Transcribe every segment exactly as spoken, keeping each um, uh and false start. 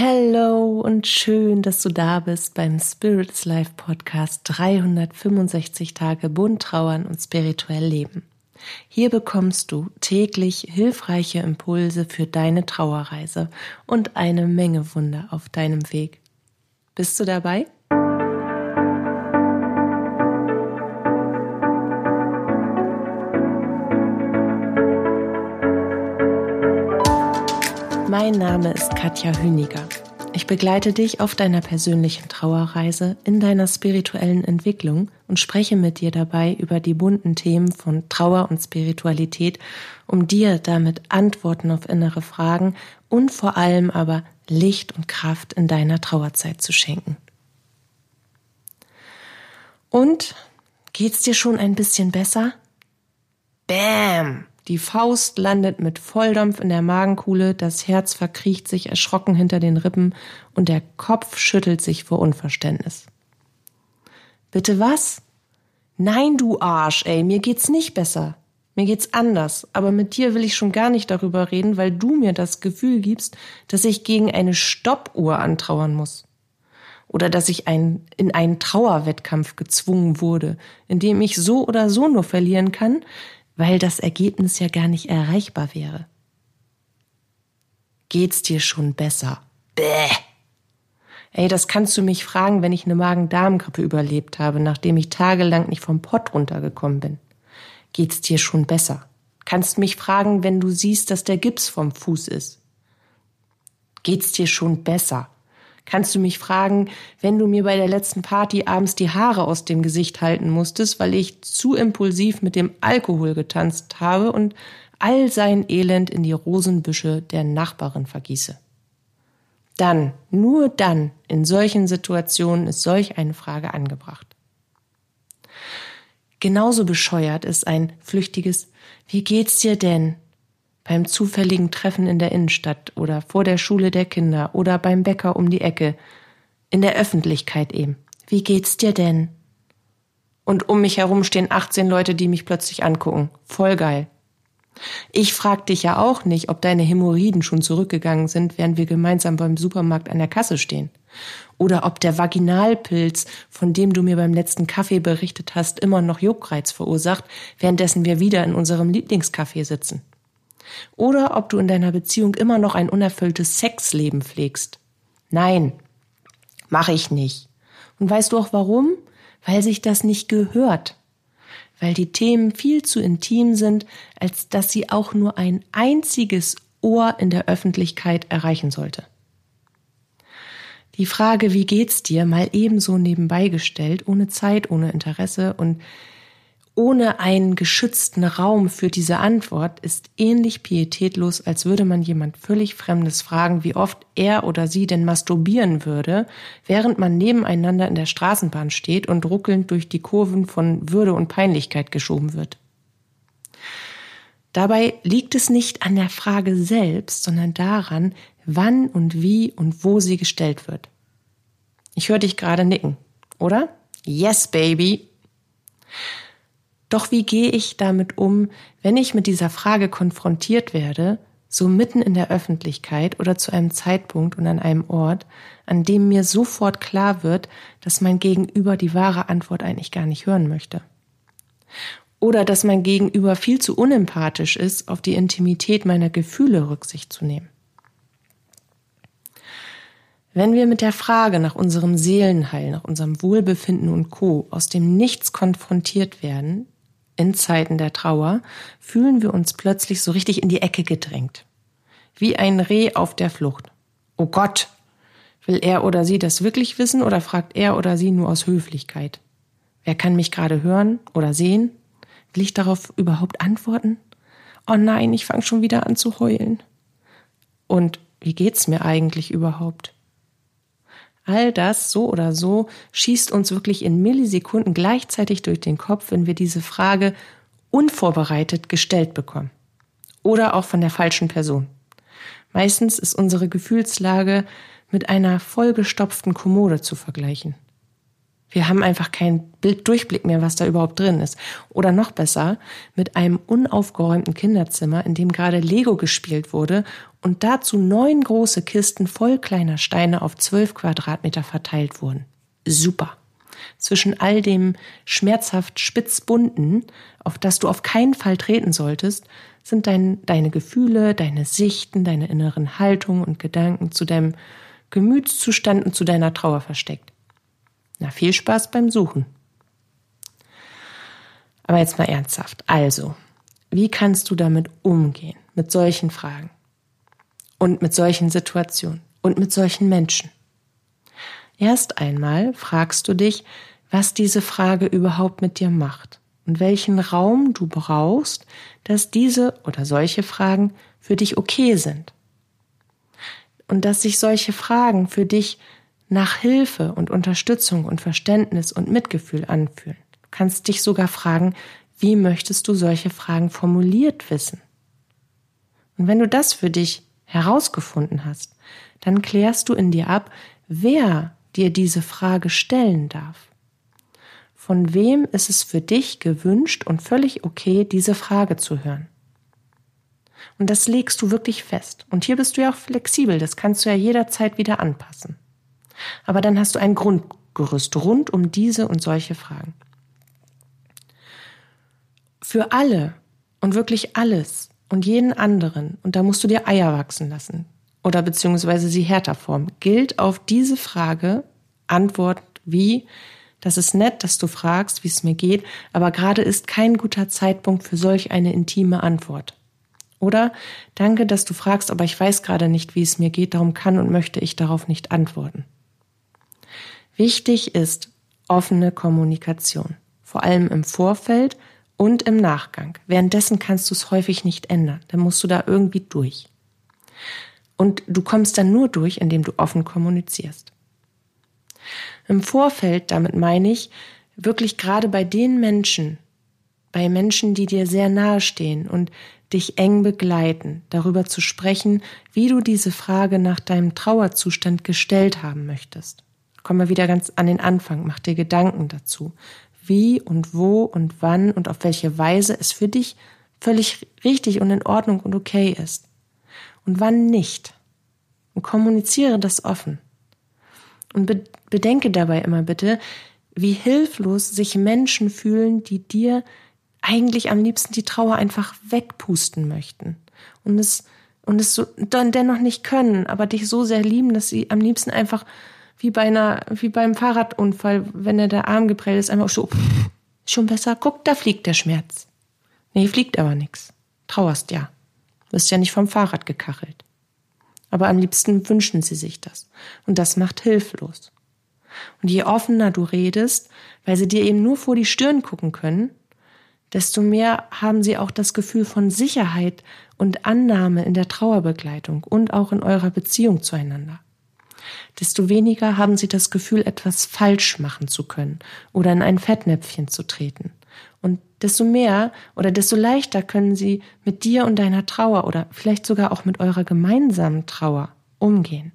Hello und schön, dass du da bist beim Spirits Life Podcast dreihundertfünfundsechzig Tage bunt trauern und spirituell leben. Hier bekommst du täglich hilfreiche Impulse für deine Trauerreise und eine Menge Wunder auf deinem Weg. Bist du dabei? Mein Name ist Katja Hüniger. Ich begleite dich auf deiner persönlichen Trauerreise in deiner spirituellen Entwicklung und spreche mit dir dabei über die bunten Themen von Trauer und Spiritualität, um dir damit Antworten auf innere Fragen und vor allem aber Licht und Kraft in deiner Trauerzeit zu schenken. Und geht's dir schon ein bisschen besser? Bäm! Die Faust landet mit Volldampf in der Magenkuhle, das Herz verkriecht sich erschrocken hinter den Rippen und der Kopf schüttelt sich vor Unverständnis. Bitte was? Nein, du Arsch, ey, mir geht's nicht besser. Mir geht's anders, aber mit dir will ich schon gar nicht darüber reden, weil du mir das Gefühl gibst, dass ich gegen eine Stoppuhr antrauern muss. Oder dass ich ein, in einen Trauerwettkampf gezwungen wurde, in dem ich so oder so nur verlieren kann, weil das Ergebnis ja gar nicht erreichbar wäre. Geht's dir schon besser? Bäh! Ey, das kannst du mich fragen, wenn ich eine Magen-Darm-Grippe überlebt habe, nachdem ich tagelang nicht vom Pott runtergekommen bin. Geht's dir schon besser? Kannst mich fragen, wenn du siehst, dass der Gips vom Fuß ist. Geht's dir schon besser? Kannst du mich fragen, wenn du mir bei der letzten Party abends die Haare aus dem Gesicht halten musstest, weil ich zu impulsiv mit dem Alkohol getanzt habe und all sein Elend in die Rosenbüsche der Nachbarin vergieße. Dann, nur dann, in solchen Situationen ist solch eine Frage angebracht. Genauso bescheuert ist ein flüchtiges »Wie geht's dir denn?« beim zufälligen Treffen in der Innenstadt oder vor der Schule der Kinder oder beim Bäcker um die Ecke. In der Öffentlichkeit eben. Wie geht's dir denn? Und um mich herum stehen achtzehn Leute, die mich plötzlich angucken. Voll geil. Ich frag dich ja auch nicht, ob deine Hämorrhoiden schon zurückgegangen sind, während wir gemeinsam beim Supermarkt an der Kasse stehen. Oder ob der Vaginalpilz, von dem du mir beim letzten Kaffee berichtet hast, immer noch Juckreiz verursacht, währenddessen wir wieder in unserem Lieblingscafé sitzen. Oder ob du in deiner Beziehung immer noch ein unerfülltes Sexleben pflegst. Nein, mache ich nicht. Und weißt du auch warum? Weil sich das nicht gehört. Weil die Themen viel zu intim sind, als dass sie auch nur ein einziges Ohr in der Öffentlichkeit erreichen sollte. Die Frage, wie geht's dir, mal ebenso nebenbei gestellt, ohne Zeit, ohne Interesse und ohne einen geschützten Raum für diese Antwort, ist ähnlich pietätlos, als würde man jemand völlig Fremdes fragen, wie oft er oder sie denn masturbieren würde, während man nebeneinander in der Straßenbahn steht und ruckelnd durch die Kurven von Würde und Peinlichkeit geschoben wird. Dabei liegt es nicht an der Frage selbst, sondern daran, wann und wie und wo sie gestellt wird. Ich höre dich gerade nicken, oder? Yes, baby! Doch wie gehe ich damit um, wenn ich mit dieser Frage konfrontiert werde, so mitten in der Öffentlichkeit oder zu einem Zeitpunkt und an einem Ort, an dem mir sofort klar wird, dass mein Gegenüber die wahre Antwort eigentlich gar nicht hören möchte? Oder dass mein Gegenüber viel zu unempathisch ist, auf die Intimität meiner Gefühle Rücksicht zu nehmen? Wenn wir mit der Frage nach unserem Seelenheil, nach unserem Wohlbefinden und Co. aus dem Nichts konfrontiert werden, in Zeiten der Trauer, fühlen wir uns plötzlich so richtig in die Ecke gedrängt. Wie ein Reh auf der Flucht. Oh Gott! Will er oder sie das wirklich wissen oder fragt er oder sie nur aus Höflichkeit? Wer kann mich gerade hören oder sehen? Will ich darauf überhaupt antworten? Oh nein, ich fange schon wieder an zu heulen. Und wie geht's mir eigentlich überhaupt? All das, so oder so, schießt uns wirklich in Millisekunden gleichzeitig durch den Kopf, wenn wir diese Frage unvorbereitet gestellt bekommen. Oder auch von der falschen Person. Meistens ist unsere Gefühlslage mit einer vollgestopften Kommode zu vergleichen. Wir haben einfach keinen Bild- Durchblick mehr, was da überhaupt drin ist. Oder noch besser, mit einem unaufgeräumten Kinderzimmer, in dem gerade Lego gespielt wurde und dazu neun große Kisten voll kleiner Steine auf zwölf Quadratmeter verteilt wurden. Super. Zwischen all dem schmerzhaft spitzbunten, auf das du auf keinen Fall treten solltest, sind dein, deine Gefühle, deine Sichten, deine inneren Haltungen und Gedanken zu deinem Gemütszustand und zu deiner Trauer versteckt. Na, viel Spaß beim Suchen. Aber jetzt mal ernsthaft. Also, wie kannst du damit umgehen, mit solchen Fragen und mit solchen Situationen und mit solchen Menschen? Erst einmal fragst du dich, was diese Frage überhaupt mit dir macht und welchen Raum du brauchst, dass diese oder solche Fragen für dich okay sind. Und dass sich solche Fragen für dich nach Hilfe und Unterstützung und Verständnis und Mitgefühl anfühlen. Du kannst dich sogar fragen, wie möchtest du solche Fragen formuliert wissen? Und wenn du das für dich herausgefunden hast, dann klärst du in dir ab, wer dir diese Frage stellen darf. Von wem ist es für dich gewünscht und völlig okay, diese Frage zu hören? Und das legst du wirklich fest. Und hier bist du ja auch flexibel, das kannst du ja jederzeit wieder anpassen. Aber dann hast du ein Grundgerüst rund um diese und solche Fragen. Für alle und wirklich alles und jeden anderen, und da musst du dir Eier wachsen lassen oder beziehungsweise sie härter formen, gilt auf diese Frage Antwort wie: Das ist nett, dass du fragst, wie es mir geht, aber gerade ist kein guter Zeitpunkt für solch eine intime Antwort. Oder: Danke, dass du fragst, aber ich weiß gerade nicht, wie es mir geht, darum kann und möchte ich darauf nicht antworten. Wichtig ist offene Kommunikation, vor allem im Vorfeld und im Nachgang. Währenddessen kannst du es häufig nicht ändern, dann musst du da irgendwie durch. Und du kommst dann nur durch, indem du offen kommunizierst. Im Vorfeld, damit meine ich, wirklich gerade bei den Menschen, bei Menschen, die dir sehr nahe stehen und dich eng begleiten, darüber zu sprechen, wie du diese Frage nach deinem Trauerzustand gestellt haben möchtest. Kommen wir wieder ganz an den Anfang, mach dir Gedanken dazu, wie und wo und wann und auf welche Weise es für dich völlig richtig und in Ordnung und okay ist. Und wann nicht. Und kommuniziere das offen. Und be- bedenke dabei immer bitte, wie hilflos sich Menschen fühlen, die dir eigentlich am liebsten die Trauer einfach wegpusten möchten. Und es, und es so, dann dennoch nicht können, aber dich so sehr lieben, dass sie am liebsten einfach wie bei einer, wie beim Fahrradunfall, wenn er der Arm geprellt ist, einfach so, schon besser, guck, da fliegt der Schmerz. Nee, fliegt aber nix. Trauerst ja. Wirst ja nicht vom Fahrrad gekachelt. Aber am liebsten wünschen sie sich das. Und das macht hilflos. Und je offener du redest, weil sie dir eben nur vor die Stirn gucken können, desto mehr haben sie auch das Gefühl von Sicherheit und Annahme in der Trauerbegleitung und auch in eurer Beziehung zueinander. Desto weniger haben sie das Gefühl, etwas falsch machen zu können oder in ein Fettnäpfchen zu treten. Und desto mehr oder desto leichter können sie mit dir und deiner Trauer oder vielleicht sogar auch mit eurer gemeinsamen Trauer umgehen.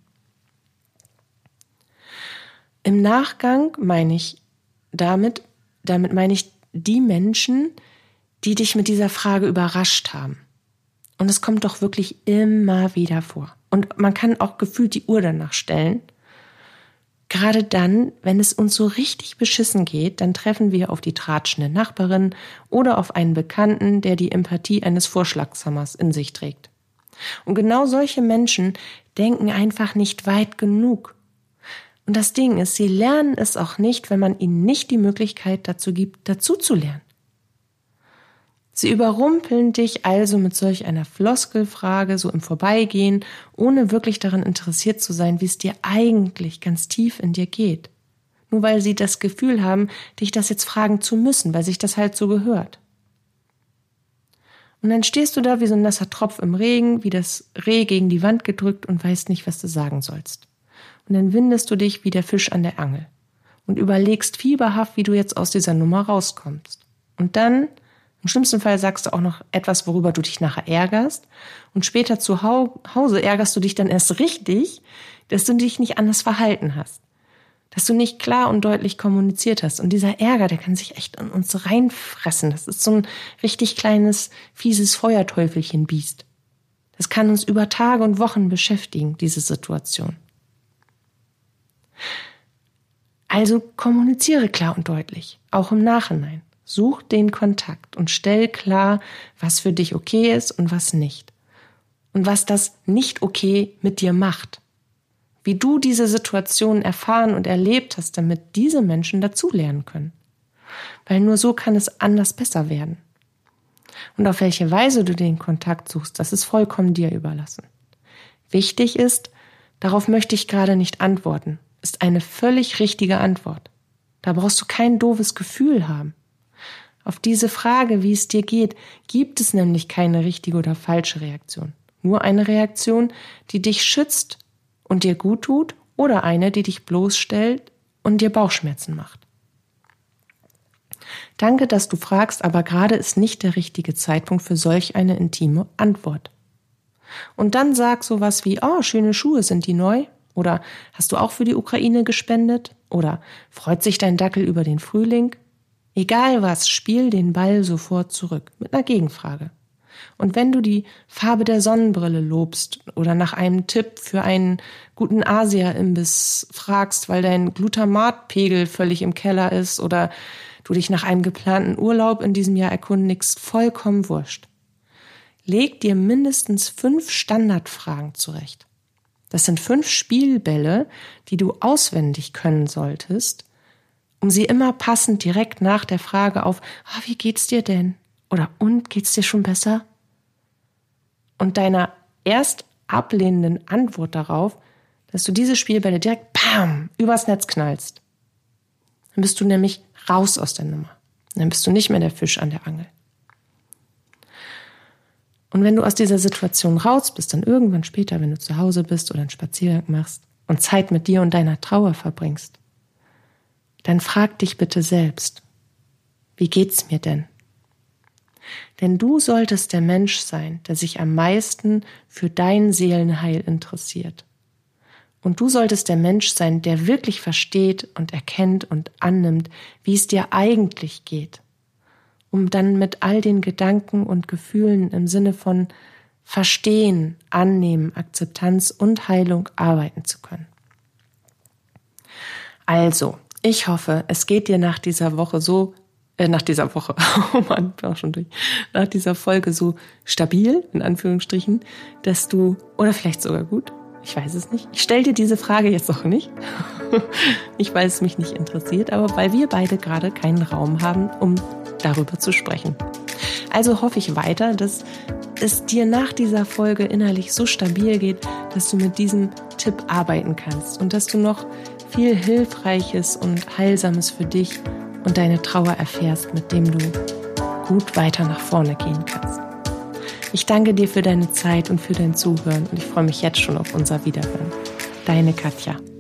Im Nachgang meine ich damit, damit meine ich die Menschen, die dich mit dieser Frage überrascht haben. Und es kommt doch wirklich immer wieder vor. Und man kann auch gefühlt die Uhr danach stellen. Gerade dann, wenn es uns so richtig beschissen geht, dann treffen wir auf die tratschende Nachbarin oder auf einen Bekannten, der die Empathie eines Vorschlagshammers in sich trägt. Und genau solche Menschen denken einfach nicht weit genug. Und das Ding ist, sie lernen es auch nicht, wenn man ihnen nicht die Möglichkeit dazu gibt, dazu zu lernen. Sie überrumpeln dich also mit solch einer Floskelfrage so im Vorbeigehen, ohne wirklich daran interessiert zu sein, wie es dir eigentlich ganz tief in dir geht. Nur weil sie das Gefühl haben, dich das jetzt fragen zu müssen, weil sich das halt so gehört. Und dann stehst du da wie so ein nasser Tropf im Regen, wie das Reh gegen die Wand gedrückt und weißt nicht, was du sagen sollst. Und dann windest du dich wie der Fisch an der Angel und überlegst fieberhaft, wie du jetzt aus dieser Nummer rauskommst. Und dann im schlimmsten Fall sagst du auch noch etwas, worüber du dich nachher ärgerst. Und später zu Hause ärgerst du dich dann erst richtig, dass du dich nicht anders verhalten hast. dass du nicht klar und deutlich kommuniziert hast. Und dieser Ärger, der kann sich echt in uns reinfressen. Das ist so ein richtig kleines, fieses Feuerteufelchen-Biest. Das kann uns über Tage und Wochen beschäftigen, diese Situation. Also kommuniziere klar und deutlich, auch im Nachhinein. Such den Kontakt und stell klar, was für dich okay ist und was nicht. Und was das nicht okay mit dir macht. Wie du diese Situation erfahren und erlebt hast, damit diese Menschen dazulernen können. Weil nur so kann es anders besser werden. Und auf welche Weise du den Kontakt suchst, das ist vollkommen dir überlassen. Wichtig ist, darauf möchte ich gerade nicht antworten, ist eine völlig richtige Antwort. Da brauchst du kein doofes Gefühl haben. Auf diese Frage, wie es dir geht, gibt es nämlich keine richtige oder falsche Reaktion. Nur eine Reaktion, die dich schützt und dir gut tut, oder eine, die dich bloßstellt und dir Bauchschmerzen macht. Danke, dass du fragst, aber gerade ist nicht der richtige Zeitpunkt für solch eine intime Antwort. Und dann sag sowas wie, oh, schöne Schuhe, sind die neu? Oder hast du auch für die Ukraine gespendet? Oder freut sich dein Dackel über den Frühling? Egal was, spiel den Ball sofort zurück mit einer Gegenfrage. Und wenn du die Farbe der Sonnenbrille lobst oder nach einem Tipp für einen guten Asia-Imbiss fragst, weil dein Glutamatpegel völlig im Keller ist oder du dich nach einem geplanten Urlaub in diesem Jahr erkundigst, vollkommen wurscht. Leg dir mindestens fünf Standardfragen zurecht. Das sind fünf Spielbälle, die du auswendig können solltest, um sie immer passend direkt nach der Frage auf, ah, wie geht's dir denn? Oder und, geht's dir schon besser? Und deiner erst ablehnenden Antwort darauf, dass du diese Spielbälle direkt bam, übers Netz knallst. Dann bist du nämlich raus aus der Nummer. Dann bist du nicht mehr der Fisch an der Angel. Und wenn du aus dieser Situation raus bist, dann irgendwann später, wenn du zu Hause bist oder einen Spaziergang machst und Zeit mit dir und deiner Trauer verbringst, dann frag dich bitte selbst, wie geht's mir denn? Denn du solltest der Mensch sein, der sich am meisten für dein Seelenheil interessiert. Und du solltest der Mensch sein, der wirklich versteht und erkennt und annimmt, wie es dir eigentlich geht, um dann mit all den Gedanken und Gefühlen im Sinne von Verstehen, Annehmen, Akzeptanz und Heilung arbeiten zu können. Also, ich hoffe, es geht dir nach dieser Woche so Äh, nach dieser Woche, oh Mann, bin auch schon durch, nach dieser Folge so stabil, in Anführungsstrichen, dass du, oder vielleicht sogar gut, ich weiß es nicht, ich stelle dir diese Frage jetzt noch nicht, nicht weil es mich nicht interessiert, aber weil wir beide gerade keinen Raum haben, um darüber zu sprechen. Also hoffe ich weiter, dass es dir nach dieser Folge innerlich so stabil geht, dass du mit diesem Tipp arbeiten kannst und dass du noch viel Hilfreiches und Heilsames für dich und deine Trauer erfährst, mit dem du gut weiter nach vorne gehen kannst. Ich danke dir für deine Zeit und für dein Zuhören und ich freue mich jetzt schon auf unser Wiederhören. Deine Katja.